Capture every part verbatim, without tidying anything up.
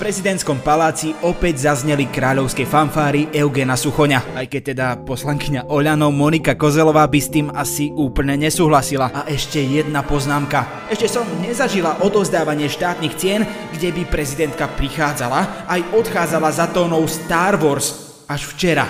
prezidentskom paláci opäť zazneli kráľovské fanfáry Eugena Suchoňa. Aj keď teda poslankyňa Oľano Monika Kozelová by s tým asi úplne nesúhlasila. A ešte jedna poznámka. Ešte som nezažila odovzdávanie štátnych cien, kde by prezidentka prichádzala aj odchádzala za tónou Star Wars. Až včera.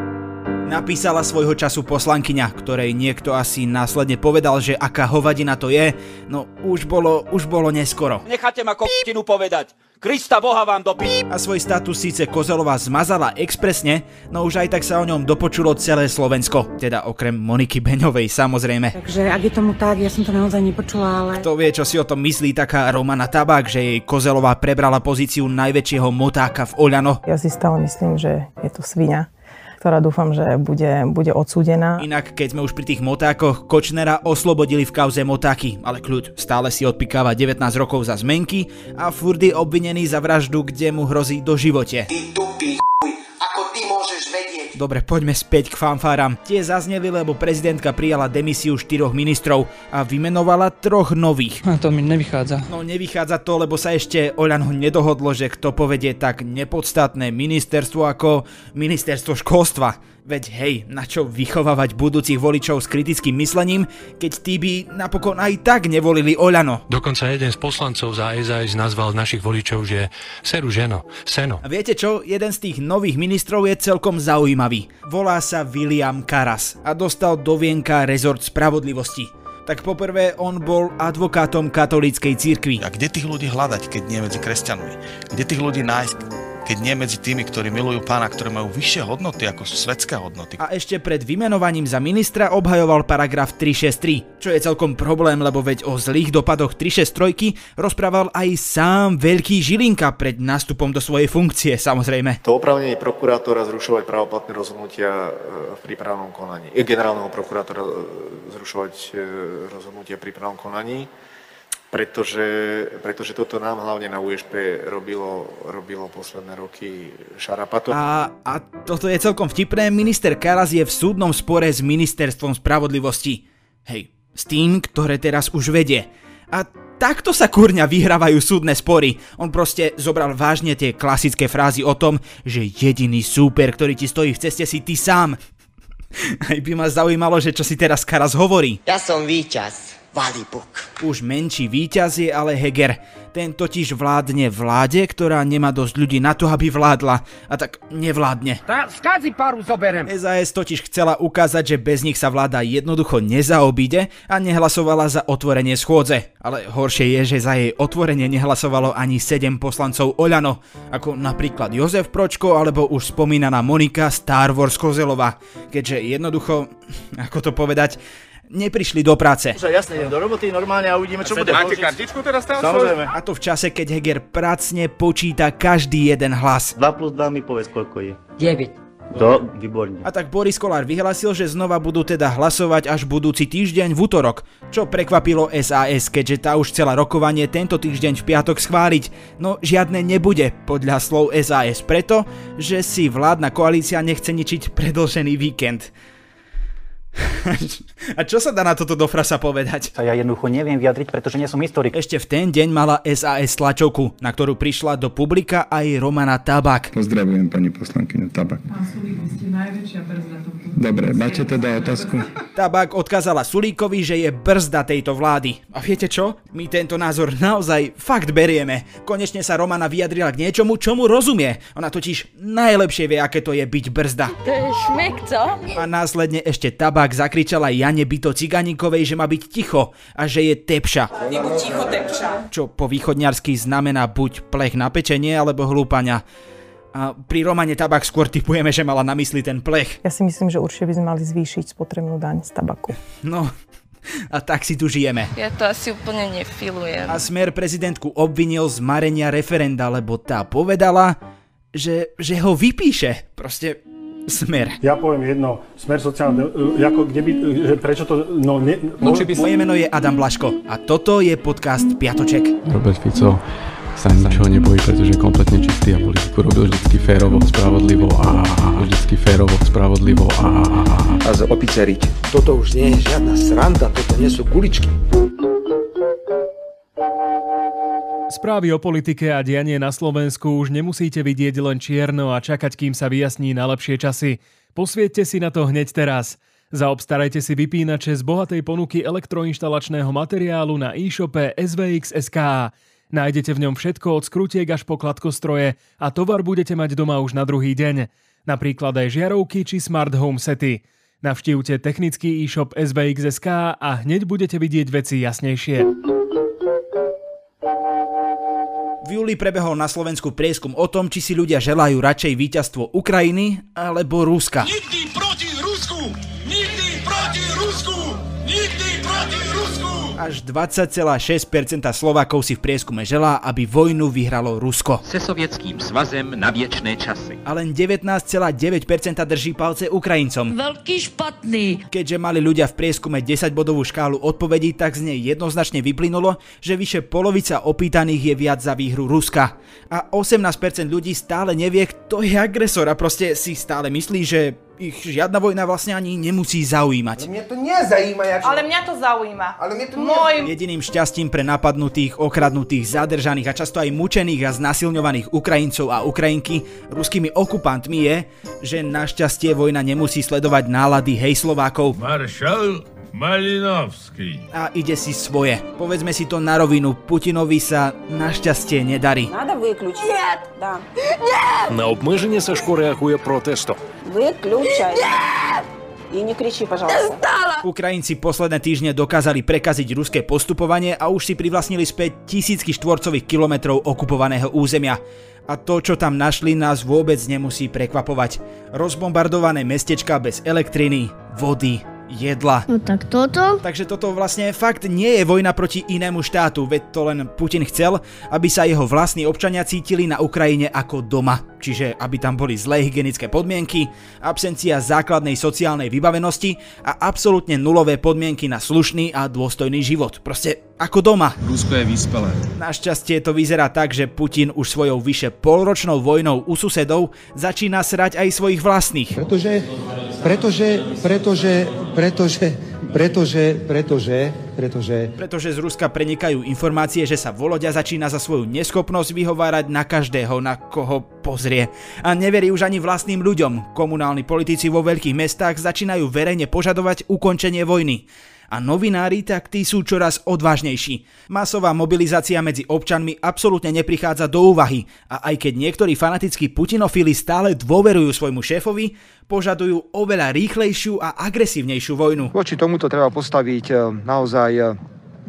Napísala svojho času poslankyňa, ktorej niekto asi následne povedal, že aká hovadina to je, no už bolo, už bolo neskoro. Necháte ma koptinu povedať. Krista Boha vám do pí... A svoj status síce Kozelová zmazala expresne, no už aj tak sa o ňom dopočulo celé Slovensko. Teda okrem Moniky Beňovej, samozrejme. Takže ak je tomu tak, ja som to naozaj nepočula, ale... Kto vie, čo si o tom myslí taká Romana Tabák, že jej Kozelová prebrala pozíciu najväčšieho motáka v Oľano? Ja si stále myslím, že je to sviňa, ktorá dúfam, že bude, bude odsúdená. Inak, keď sme už pri tých motákoch, Kočnera oslobodili v kauze motáky, ale kľud, stále si odpikáva devätnásť rokov za zmenky a furt je obvinený za vraždu, kde mu hrozí doživote. Ty tupý chuj, ako ty môžeš vedieť? Dobre, poďme späť k fanfáram. Tie zazneli, lebo prezidentka prijala demisiu štyroch ministrov a vymenovala troch nových. A to mi nevychádza. No nevychádza to, lebo sa ešte Oľano nedohodlo, že kto povedie tak nepodstatné ministerstvo ako ministerstvo školstva. Veď hej, na čo vychovávať budúcich voličov s kritickým myslením, keď tí by napokon aj tak nevolili Oľano. Dokonca jeden z poslancov za es a es nazval našich voličov, že seru ženo, seno. A viete čo? Jeden z tých nových ministrov je celkom zaujímavý. Volá sa William Karas a dostal do vienka rezort spravodlivosti. Tak poprvé, on bol advokátom katolíckej cirkvi. A kde tých ľudí hľadať, keď nie medzi kresťanmi? Kde tých ľudí nájsť, keď nie medzi tými, ktorí milujú Pána, ktorí majú vyššie hodnoty ako sú svetské hodnoty? A ešte pred vymenovaním za ministra obhajoval paragraf tri šesť tri, čo je celkom problém, lebo veď o zlých dopadoch tri šesť tri rozprával aj sám Veľký Žilinka pred nástupom do svojej funkcie, samozrejme. To oprávnenie prokurátora zrušovať právoplatné rozhodnutia v prípravnom konaní. Generálneho prokurátora zrušovať rozhodnutia v prípravnom konaní. Pretože, pretože toto nám hlavne na ú es pé robilo, robilo posledné roky šarapato. A, a toto je celkom vtipné. Minister Karas je v súdnom spore s ministerstvom spravodlivosti. Hej, s tým, ktoré teraz už vedie. A takto sa kurňa vyhrávajú súdne spory. On proste zobral vážne tie klasické frázy o tom, že jediný súper, ktorý ti stojí v ceste, si ty sám. Aj by ma zaujímalo, že čo si teraz Karas hovorí. Ja som víťaz. Valibuk. Už menší víťaz je ale Heger. Ten totiž vládne vláde, ktorá nemá dosť ľudí na to, aby vládla. A tak nevládne. Tá skadzi paru zoberem. es a es totiž chcela ukázať, že bez nich sa vláda jednoducho nezaobíde a nehlasovala za otvorenie schôdze. Ale horšie je, že za jej otvorenie nehlasovalo ani sedem poslancov Oľano. Ako napríklad Jozef Pročko alebo už spomínaná Monika Star Wars Kozelová. Keďže jednoducho, ako to povedať, neprišli do práce. Už jasne, idem do roboty normálne a uvidíme, čo bude. Máte kartičku teraz tam? Samozrejme. A to v čase, keď Heger pracne počíta každý jeden hlas. dva plus dva mi povedz, koľko je. deväť. To, výborne. A tak Boris Kollár vyhlásil, že znova budú teda hlasovať až budúci týždeň v útorok, čo prekvapilo es a es, keďže tá už chcela rokovanie tento týždeň v piatok schváliť. No žiadne nebude, podľa slov es a es, preto, že si vládna koalícia nechce ničiť predĺžený víkend. A čo sa dá na toto do frasa povedať? Ja jednoducho neviem vyjadriť, pretože nie som historik. Ešte v ten deň mala es a es tlačovku, na ktorú prišla do publika aj Romana Tabák. Pozdravujem pani poslankyňu Tabák. Pán Sulík, vy ste najväčšia brzda tohto. Dobre, máte teda otázku? Tabák odkázala Sulíkovi, že je brzda tejto vlády. A viete čo? My tento názor naozaj fakt berieme. Konečne sa Romana vyjadrila k niečomu, čomu rozumie. Ona totiž najlepšie vie, aké to je byť brzda. To je šmek, co? A následne ešte Tabák zakričala Jane Byto Ciganíkovej, že má byť ticho a že je tepša. Nebuď ticho, tepša. Čo po východňarsky znamená buď plech na pečenie, alebo hlúpaňa. A pri Romane Tabák skôr tipujeme, že mala na mysli ten plech. Ja si myslím, že určite by sme mali zvýšiť spotrebnú daň z tabaku. No, a tak si tu žijeme. Ja to asi úplne nefilujem. A Smer prezidentku obvinil z marenia referenda, lebo tá povedala, že, že ho vypíše. Proste Smer. Ja poviem jedno, Smer sociálne, ako kde by, že prečo to, no ne... No, moje meno je Adam Blaško a toto je podcast Piatoček. Robert Fico sa ničoho nebojí, pretože je kompletne čistý a politiku robil vždycky férovo, spravodlivo a vždycky férovo, spravodlivo a... A zopiceriť. Toto už nie je žiadna sranda, toto nie sú kuličky. Správy o politike a dianie na Slovensku už nemusíte vidieť len čierno a čakať, kým sa vyjasní na lepšie časy. Posvieťte si na to hneď teraz. Zaobstarajte si vypínače z bohatej ponuky elektroinštalačného materiálu na e-shope es vé iks bodka es ká. Nájdete v ňom všetko od skrutiek až po kladkostroje a tovar budete mať doma už na druhý deň. Napríklad aj žiarovky či smart home sety. Navštívte technický e-shop es vé iks bodka es ká a hneď budete vidieť veci jasnejšie. V júli prebehol na Slovensku prieskum o tom, či si ľudia želajú radšej víťazstvo Ukrajiny alebo Ruska. Nikdy proti Rusku! Nikdy proti Rusku! Nikdy proti Rusku! Až dvadsať celá šesť percenta Slovákov si v prieskume želá, aby vojnu vyhralo Rusko. Se Sovětským svazem na viečné časy. A len devätnásť celá deväť percenta drží palce Ukrajincom. Veľký špatný. Keďže mali ľudia v prieskume desaťbodovú škálu odpovedí, tak z nej jednoznačne vyplynulo, že vyše polovica opýtaných je viac za výhru Ruska. A osemnásť percent ľudí stále nevie, kto je agresor a proste si stále myslí, že ich žiadna vojna vlastne ani nemusí zaujímať. Ale mňa to nezajíma. Jak... Ale mňa to zaujíma. Ale mňa to Môj... Jediným šťastím pre napadnutých, okradnutých, zadržaných a často aj mučených a znasilňovaných Ukrajincov a Ukrajinky ruskými okupantmi je, že našťastie vojna nemusí sledovať nálady hej Slovákov. Maršal Malinovský. A ide si svoje. Povedzme si to na rovinu, Putinovi sa našťastie nedarí. Надо выключить. Нет. Да. Нет. На обмеження Сашко реагує протестом. Выключай. Нет. И не кричи, пожалуйста. Ukrajinci posledné týždne dokázali prekaziť ruské postupovanie a už si privlastnili späť tisícky štvorcových kilometrov okupovaného územia. A to, čo tam našli, nás vôbec nemusí prekvapovať. Rozbombardované mestečka bez elektriny, vody, jedla. No tak toto? Takže toto vlastne fakt nie je vojna proti inému štátu, veď to len Putin chcel, aby sa jeho vlastní občania cítili na Ukrajine ako doma. Čiže aby tam boli zlé hygienické podmienky, absencia základnej sociálnej vybavenosti a absolútne nulové podmienky na slušný a dôstojný život. Proste ako doma. Rusko je vyspelé. Našťastie to vyzerá tak, že Putin už svojou vyše polročnou vojnou u susedov začína srať aj svojich vlastných. Pretože, pretože, pretože, pretože, pretože, pretože, pretože... Pretože z Ruska prenikajú informácie, že sa Voloďa začína za svoju neschopnosť vyhovárať na každého, na koho pozrie. A neverí už ani vlastným ľuďom. Komunálni politici vo veľkých mestách začínajú verejne požadovať ukončenie vojny. A novinári, tak tí sú čoraz odvážnejší. Masová mobilizácia medzi občanmi absolútne neprichádza do úvahy. A aj keď niektorí fanatickí putinofili stále dôverujú svojmu šéfovi, požadujú oveľa rýchlejšiu a agresívnejšiu vojnu. Voči tomuto treba postaviť naozaj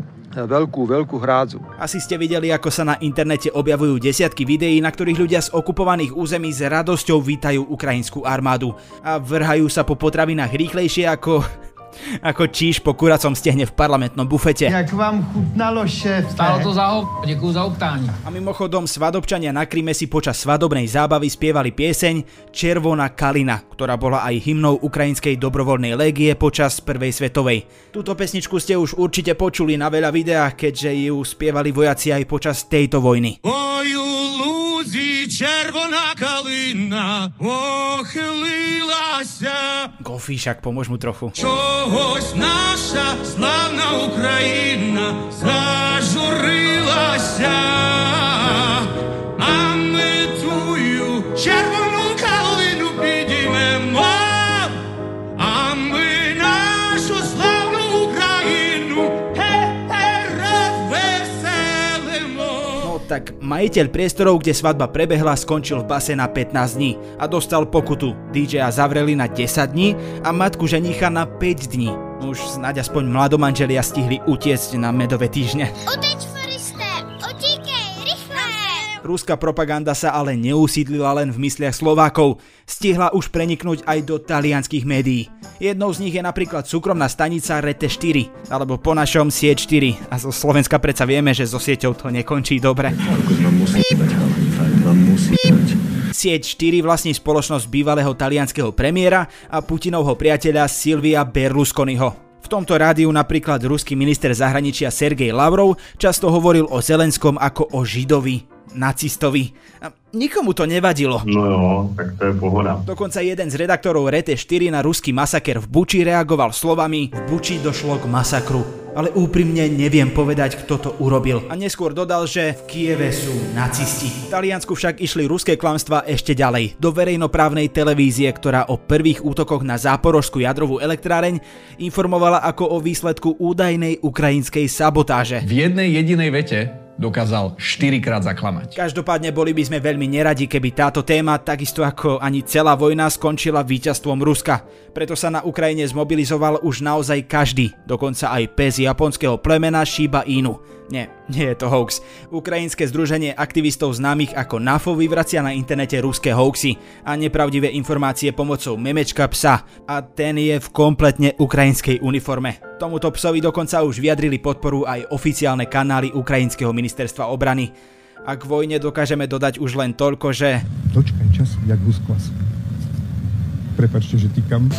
veľkú, veľkú hrádzu. Asi ste videli, ako sa na internete objavujú desiatky videí, na ktorých ľudia z okupovaných území s radosťou vítajú ukrajinskú armádu. A vrhajú sa po potravinách rýchlejšie ako... ako číš po kuracom stehne v parlamentnom bufete. Jak vám chutnalo, šéf? Stálo to za hop, děkuju za optání. A mimochodom, svadobčania na Kryme si počas svadobnej zábavy spievali pieseň Červoná kalina, ktorá bola aj hymnou Ukrajinskej dobrovoľnej légie počas prvej svetovej. Túto pesničku ste už určite počuli na veľa videách, keďže ju spievali vojaci aj počas tejto vojny. Ой, у лузі червона калина похилилася. Gofi, však pomôž mu trochu. Чогось наша славна Україна зажурилася, а ми тую червону калину підіймемо, а ми нашу славну Україну розвеселимо. No tak majiteľ priestorov, kde svadba prebehla, skončil v base na pätnásť dní a dostal pokutu. dý džeja zavreli na desať dní a matku ženicha na päť dní. Už snáď aspoň mladomanželia stihli utiecť na medové týždne. Uteč, Foriste! Utíkej, rýchle! Ruská propaganda sa ale neusídlila len v mysliach Slovákov. Stihla už preniknúť aj do talianskych médií. Jednou z nich je napríklad súkromná stanica Rete štyri, alebo po našom Sieť štyri. A zo Slovenska predsa vieme, že so sieťou to nekončí dobre. Sieť štyri vlastní spoločnosť bývalého talianskeho premiéra a Putinovho priateľa Silvia Berlusconiho. V tomto rádiu napríklad ruský minister zahraničia Sergej Lavrov často hovoril o Zelenskom ako o Židovi, nacistovi. nikomu to nevadilo. No jo, tak to je pohoda. Dokonca jeden z redaktorov er té štyri na ruský masaker v Buči reagoval slovami: v Buči došlo k masakru, ale úprimne neviem povedať, kto to urobil. A neskôr dodal, že v Kieve sú nacisti. V Taliansku však išli ruské klamstvá ešte ďalej. Do verejnoprávnej televízie, ktorá o prvých útokoch na záporožskú jadrovú elektráreň informovala ako o výsledku údajnej ukrajinskej sabotáže. V jednej jedinej vete dokázal štyrikrát zaklamať. Každopádne boli by sme veľmi neradi, keby táto téma, takisto ako ani celá vojna, skončila víťazstvom Ruska. Preto sa na Ukrajine zmobilizoval už naozaj každý, dokonca aj pes japonského plemena Shiba Inu. Nie, nie je to hoax. Ukrajinské združenie aktivistov známych ako NAFO vyvracia na internete ruské hoaxy a nepravdivé informácie pomocou memečka psa. A ten je v kompletne ukrajinskej uniforme. Tomuto psovi dokonca už vyjadrili podporu aj oficiálne kanály ukrajinského ministerstva obrany. A k vojne dokážeme dodať už len toľko, že... Dočkaj čas, jak huskvas. Prepačte, že týkam.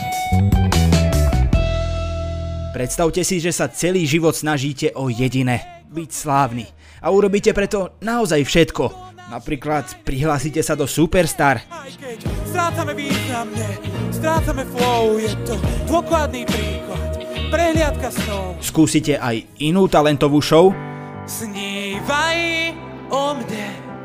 Predstavte si, že sa celý život snažíte o jediné. Byť slávny. A urobíte preto naozaj všetko. Napríklad prihlásite sa do Superstar. Aj keď strácame významne, strácame flow, je to dôkladný príklad, prehliadka snov. Skúsite aj inú talentovú show. Snívaj o mne,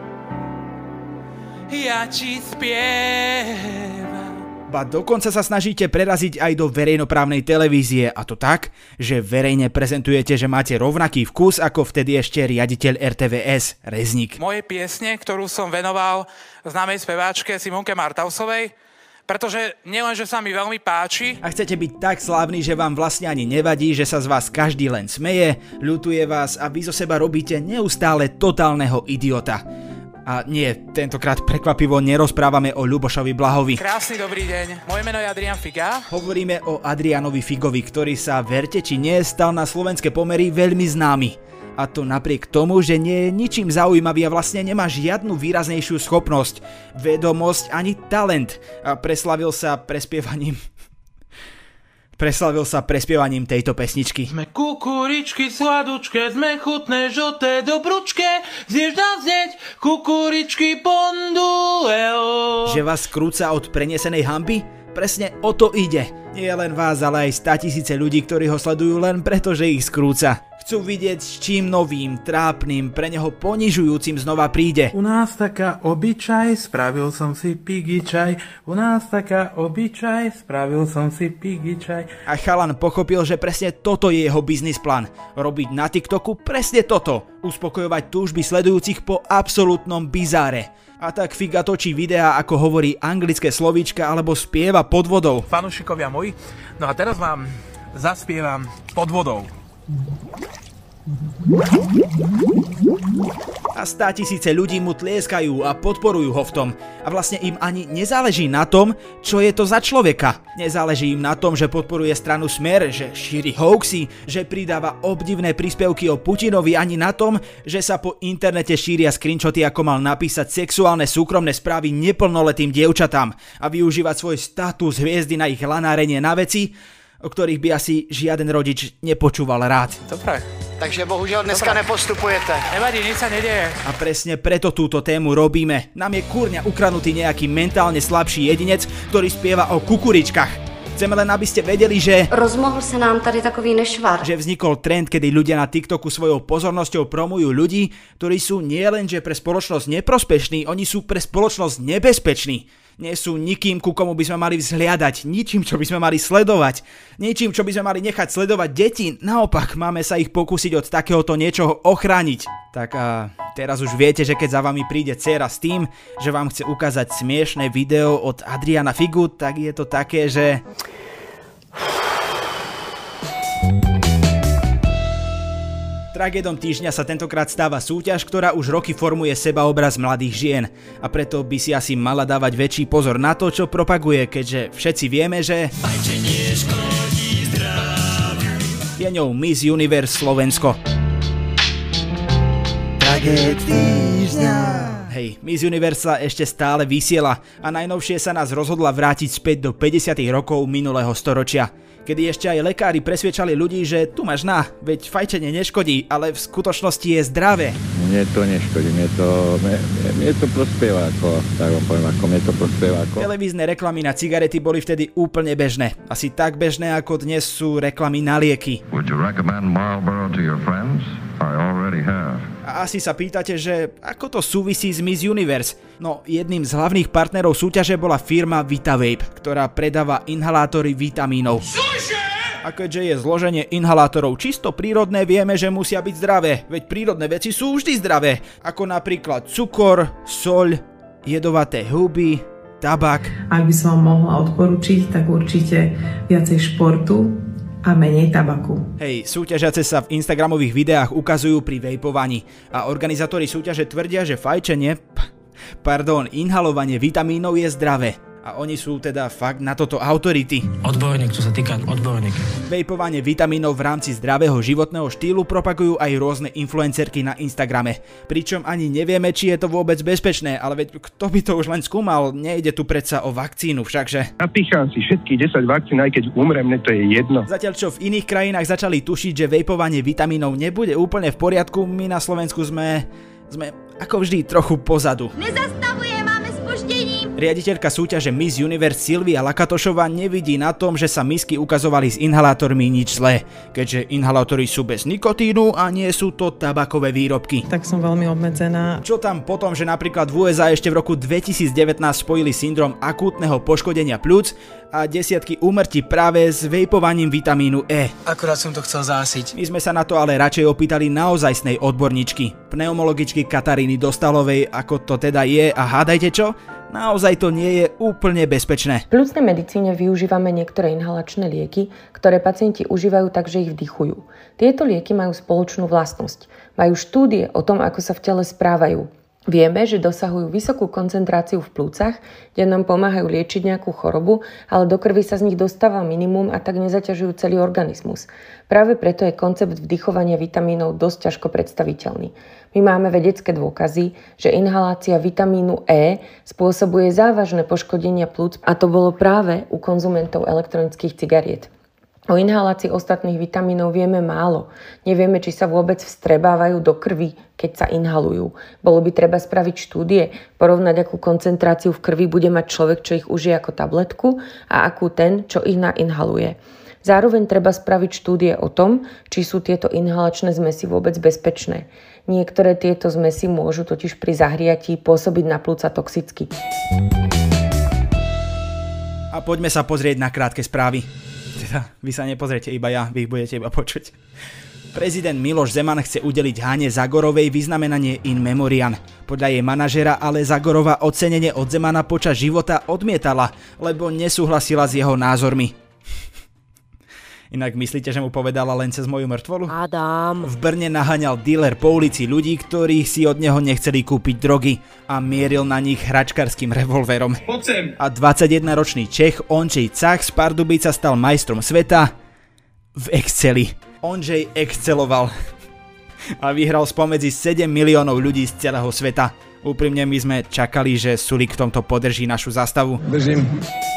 ja ti spievam. Ba dokonca sa snažíte preraziť aj do verejnoprávnej televízie, a to tak, že verejne prezentujete, že máte rovnaký vkus ako vtedy ešte riaditeľ er té vé es, Rezník. Moje piesne, ktorú som venoval známej speváčke Simonke Martausovej, pretože nielenže sa mi veľmi páči. A chcete byť tak slávny, že vám vlastne ani nevadí, že sa z vás každý len smeje, ľutuje vás a vy zo seba robíte neustále totálneho idiota. A nie, tentokrát prekvapivo nerozprávame o Ľubošovi Blahovi. Krásny dobrý deň, moje meno je Adrian Figa. Hovoríme o Adrianovi Figovi, ktorý sa, verte či nie, stal na slovenské pomery veľmi známy. A to napriek tomu, že nie je ničím zaujímavý a vlastne nemá žiadnu výraznejšiu schopnosť, vedomosť ani talent. A preslavil sa prespievaním... Preslavil sa prespievaním tejto pesničky. Sme kukuričky sladučké, sme chutné, žlté, dobručké, zješ nás hneď, kukuričky pondueo. Že vás skrúca od prenesenej hanby? Presne o to ide. Nie len vás, ale aj státisíce ľudí, ktorí ho sledujú len preto, že ich skrúca. Chcú vidieť, s čím novým, trápnym, pre neho ponižujúcim znova príde. U nás taká obyčaj, spravil som si pigičaj. U nás taká obyčaj, spravil som si pigičaj. A chalan pochopil, že presne toto je jeho biznis plán. Robiť na TikToku presne toto. Uspokojovať túžby sledujúcich po absolútnom bizáre. A tak Figa točí videá, ako hovorí anglické slovíčka alebo spieva pod vodou. Fanúšikovia moji, no a teraz vám zaspievam pod vodou. A státisíce ľudí mu tlieskajú a podporujú ho v tom. A vlastne im ani nezáleží na tom, čo je to za človeka. Nezáleží im na tom, že podporuje stranu Smer, že šíri hoaxy, že pridáva obdivné príspevky o Putinovi, ani na tom, že sa po internete šíria screenshoty, ako mal napísať sexuálne súkromné správy neplnoletým dievčatám a využívať svoj status hviezdy na ich lanárenie na veci, o ktorých by asi žiaden rodič nepočúval rád. Dobre. Takže bohužiaľ dneska Dobre. nepostupujete. Nevadí, nič sa nedieje. A presne preto túto tému robíme. Nám je kurňa ukradnutý nejaký mentálne slabší jedinec, ktorý spieva o kukuričkách. Chceme len, aby ste vedeli, že... Rozmohl sa nám tady takový nešvar. Že vznikol trend, kedy ľudia na TikToku svojou pozornosťou promujú ľudí, ktorí sú nielenže pre spoločnosť neprospešní, oni sú pre spoločnosť nebezpeční. Nie sú nikým, ku komu by sme mali vzhliadať, ničím, čo by sme mali sledovať, ničím, čo by sme mali nechať sledovať deti, naopak máme sa ich pokúsiť od takéhoto niečoho ochrániť. Tak a teraz už viete, že keď za vami príde dcéra s tým, že vám chce ukázať smiešné video od Adriana Figu, tak je to také, že... Tragédom týždňa sa tentokrát stáva súťaž, ktorá už roky formuje sebaobraz mladých žien. A preto by si asi mala dávať väčší pozor na to, čo propaguje, keďže všetci vieme, že... je ňou Miss Universe Slovensko. Tragéd týždňa. Hej, Miss Universe sa ešte stále vysiela a najnovšie sa nás rozhodla vrátiť späť do päťdesiatych rokov minulého storočia, kedy ešte aj lekári presviečali ľudí, že tu máš na, veď fajčenie neškodí, ale v skutočnosti je zdravé. Mne to neškodí, mne to, mne, mne to prospieva, ako, tak vám poviem, ako mne to prospieva. Ako. Televízne reklamy na cigarety boli vtedy úplne bežné. Asi tak bežné, ako dnes sú reklamy na lieky. Would you recommend Marlboro to your friends? I already have. A asi sa pýtate, že ako to súvisí s Miss Universe? No, jedným z hlavných partnerov súťaže bola firma VitaVape, ktorá predáva inhalátory vitamínov. A keďže je zloženie inhalátorov čisto prírodné, vieme, že musia byť zdravé, veď prírodné veci sú vždy zdravé, ako napríklad cukor, soľ, jedovaté huby, tabak. Ak by som vám mohla odporučiť, tak určite viacej športu a menej tabaku. Hej, súťažiace sa v instagramových videách ukazujú pri vejpovaní a organizátori súťaže tvrdia, že fajčenie, pardon, inhalovanie vitamínov je zdravé. A oni sú teda fakt na toto autority. Odborník, čo sa týka odborník. Vejpovanie vitamínov v rámci zdravého životného štýlu propagujú aj rôzne influencerky na Instagrame. Pričom ani nevieme, či je to vôbec bezpečné, ale veď kto by to už len skúmal, nejde tu predsa o vakcínu všakže. Napícham si všetky desať vakcín, aj keď umrem, mne to je jedno. Zatiaľ čo v iných krajinách začali tušiť, že vejpovanie vitamínov nebude úplne v poriadku, my na Slovensku sme, sme ako vždy trochu pozadu. Nezastavuje, máme spoždení. Riaditeľka súťaže Miss Universe Silvia Lakatošová nevidí na tom, že sa misky ukazovali s inhalátormi nič zlé, keďže inhalátory sú bez nikotínu a nie sú to tabakové výrobky. Tak som veľmi obmedzená. Čo tam potom, že napríklad v ú es á ešte v roku dvetisícdevätnásť spojili syndrom akútneho poškodenia pľúc a desiatky úmrtí práve s vejpovaním vitamínu E. Akurát som to chcel zásiť. My sme sa na to ale radšej opýtali naozajstnej odborníčky, pneumologičky Kataríny Dostalovej, ako to teda je a hádajte čo? Naozaj to nie je úplne bezpečné. V pľucnej medicíne využívame niektoré inhalačné lieky, ktoré pacienti užívajú tak, že ich vdychujú. Tieto lieky majú spoločnú vlastnosť. Majú štúdie o tom, ako sa v tele správajú. Vieme, že dosahujú vysokú koncentráciu v plúcach, kde nám pomáhajú liečiť nejakú chorobu, ale do krvi sa z nich dostáva minimum a tak nezaťažujú celý organizmus. Práve preto je koncept vdychovania vitamínov dosť ťažko predstaviteľný. My máme vedecké dôkazy, že inhalácia vitamínu E spôsobuje závažné poškodenia plúc a to bolo práve u konzumentov elektronických cigariet. O inhalácii ostatných vitamínov vieme málo. Nevieme, či sa vôbec vstrebávajú do krvi, keď sa inhalujú. Bolo by treba spraviť štúdie, porovnať, akú koncentráciu v krvi bude mať človek, čo ich užije ako tabletku a akú ten, čo ich nainhaluje. Zároveň treba spraviť štúdie o tom, či sú tieto inhalačné zmesi vôbec bezpečné. Niektoré tieto zmesi môžu totiž pri zahriatí pôsobiť na pľúca toxicky. A poďme sa pozrieť na krátke správy. Teda, vy sa nepozriete iba ja, vy ich budete iba počuť. Prezident Miloš Zeman chce udeliť Hane Zagorovej vyznamenanie in memoriam. Podľa jej manažera ale Zagorova ocenenie od Zemana počas života odmietala, lebo nesúhlasila s jeho názormi. Inak myslíte, že mu povedala len cez moju mŕtvolu? Adam. V Brne naháňal díler po ulici ľudí, ktorí si od neho nechceli kúpiť drogy a mieril na nich hračkarským revolverom. A dvadsaťjedenročný Čech Ondřej Cach z Pardubic sa stal majstrom sveta v Exceli. Ondřej exceloval a vyhral spomedzi sedem miliónov ľudí z celého sveta. Úprimne my sme čakali, že Sulík v tomto podrží našu zástavu. Držím.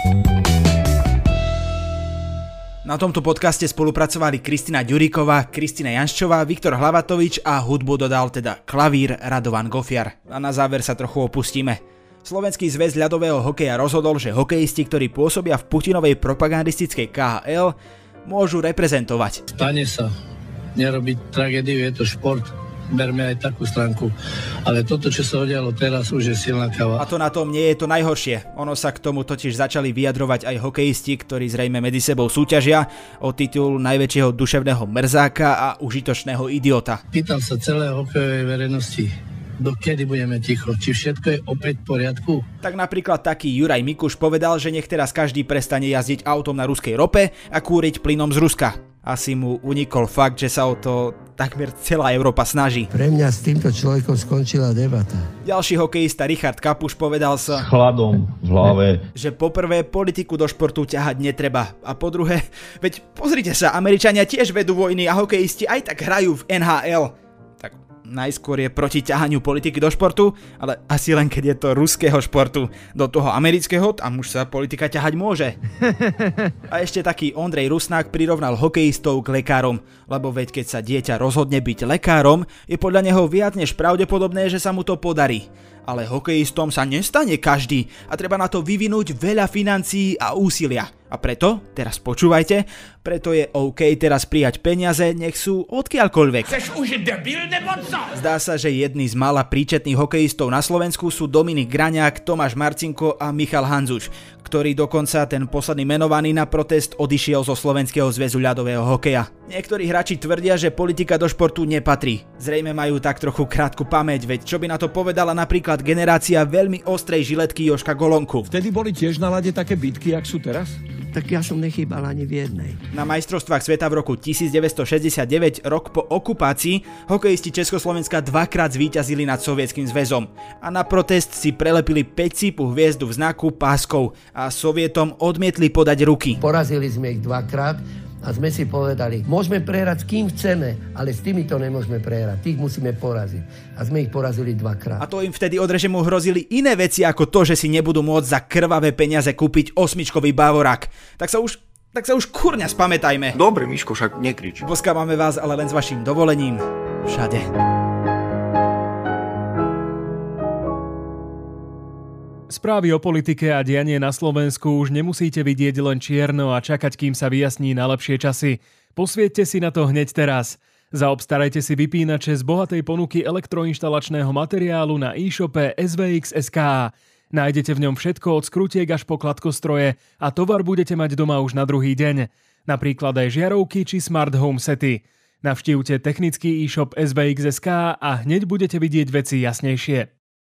Na tomto podcaste spolupracovali Kristina Ďuríková, Kristina Janščová, Viktor Hlavatovič a hudbu dodal teda klavír Radovan Gofiar. A na záver sa trochu opustíme. Slovenský zväz ľadového hokeja rozhodol, že hokejisti, ktorí pôsobia v Putinovej propagandistickej ká há el, môžu reprezentovať. Stane sa. Nerobiť tragédiu, je to šport. Berme aj takú stránku. Ale toto, čo sa udialo teraz, už je silná káva. A to na tom nie je to najhoršie. Ono sa k tomu totiž začali vyjadrovať aj hokejisti, ktorí zrejme medzi sebou súťažia o titul najväčšieho duševného mrzáka a užitočného idiota. Pýtam sa celé hokejovej verejnosti, dokedy budeme ticho? Či všetko je opäť v poriadku? Tak napríklad taký Juraj Mikuš povedal, že nech teraz každý prestane jazdiť autom na ruskej rope a kúriť plynom z Ruska. Asi mu unikol fakt, že sa o to takmer celá Európa snaží. Pre mňa s týmto človekom skončila debata. Ďalší hokejista Richard Kapuš povedal sa s chladom v hlave, že poprvé politiku do športu ťahať netreba a po druhé, veď pozrite sa, Američania tiež vedú vojny a hokejisti aj tak hrajú v en há el. Tak najskôr je proti ťahaniu politiky do športu, ale asi len keď je to ruského športu. Do toho amerického tam už sa politika ťahať môže. A ešte taký Ondrej Rusnák prirovnal hokejistov k lekárom, lebo veď keď sa dieťa rozhodne byť lekárom, je podľa neho viac než pravdepodobné, že sa mu to podarí. Ale hokejistom sa nestane každý a treba na to vyvinúť veľa financií a úsilia. A preto, teraz počúvajte, preto je OK teraz prijať peniaze, nech sú odkiaľkoľvek. Chceš už debil nebo co? Zdá sa, že jedni z mála príčetných hokejistov na Slovensku sú Dominik Graňák, Tomáš Marcinko a Michal Hanzuš, ktorý dokonca ten posledný menovaný na protest odišiel zo Slovenského zväzu ľadového hokeja. Niektorí hráči tvrdia, že politika do športu nepatrí. Zrejme majú tak trochu krátku pamäť, veď čo by na to povedala napríklad generácia veľmi ostrej žiletky Jožka Golonku. Vtedy boli tiež na lade také bitky, jak sú teraz? Tak ja som nechýbal ani v jednej. Na majstrovstvách sveta v roku devätnásťstošesťdesiatdeväť, rok po okupácii, hokejisti Československa dvakrát zvíťazili nad Sovietským zväzom a na protest si prelepili päťcípu hviezdu v znaku páskov a Sovietom odmietli podať ruky. Porazili sme ich dvakrát a sme si povedali, môžeme prehrať s kým chceme, ale s týmito nemôžeme prehrať, tých musíme poraziť. A sme ich porazili dvakrát. A to im vtedy od režimu hrozili iné veci ako to, že si nebudú môcť za krvavé peniaze kúpiť osmičkový Bavorák. Tak sa už, tak sa už kurňa spamätajme. Dobre, Miško, však nekrič. Boskávame vás ale len s vaším dovolením. Všade. Správy o politike a dianie na Slovensku už nemusíte vidieť len čierno a čakať, kým sa vyjasní na lepšie časy. Posvieťte si na to hneď teraz. Zaobstarajte si vypínače z bohatej ponuky elektroinštalačného materiálu na e-shope es vé iks bodka es ká. Nájdete v ňom všetko od skrutiek až po kladkostroje a tovar budete mať doma už na druhý deň. Napríklad aj žiarovky či smart home sety. Navštívte technický e-shop es vé iks bodka es ká a hneď budete vidieť veci jasnejšie.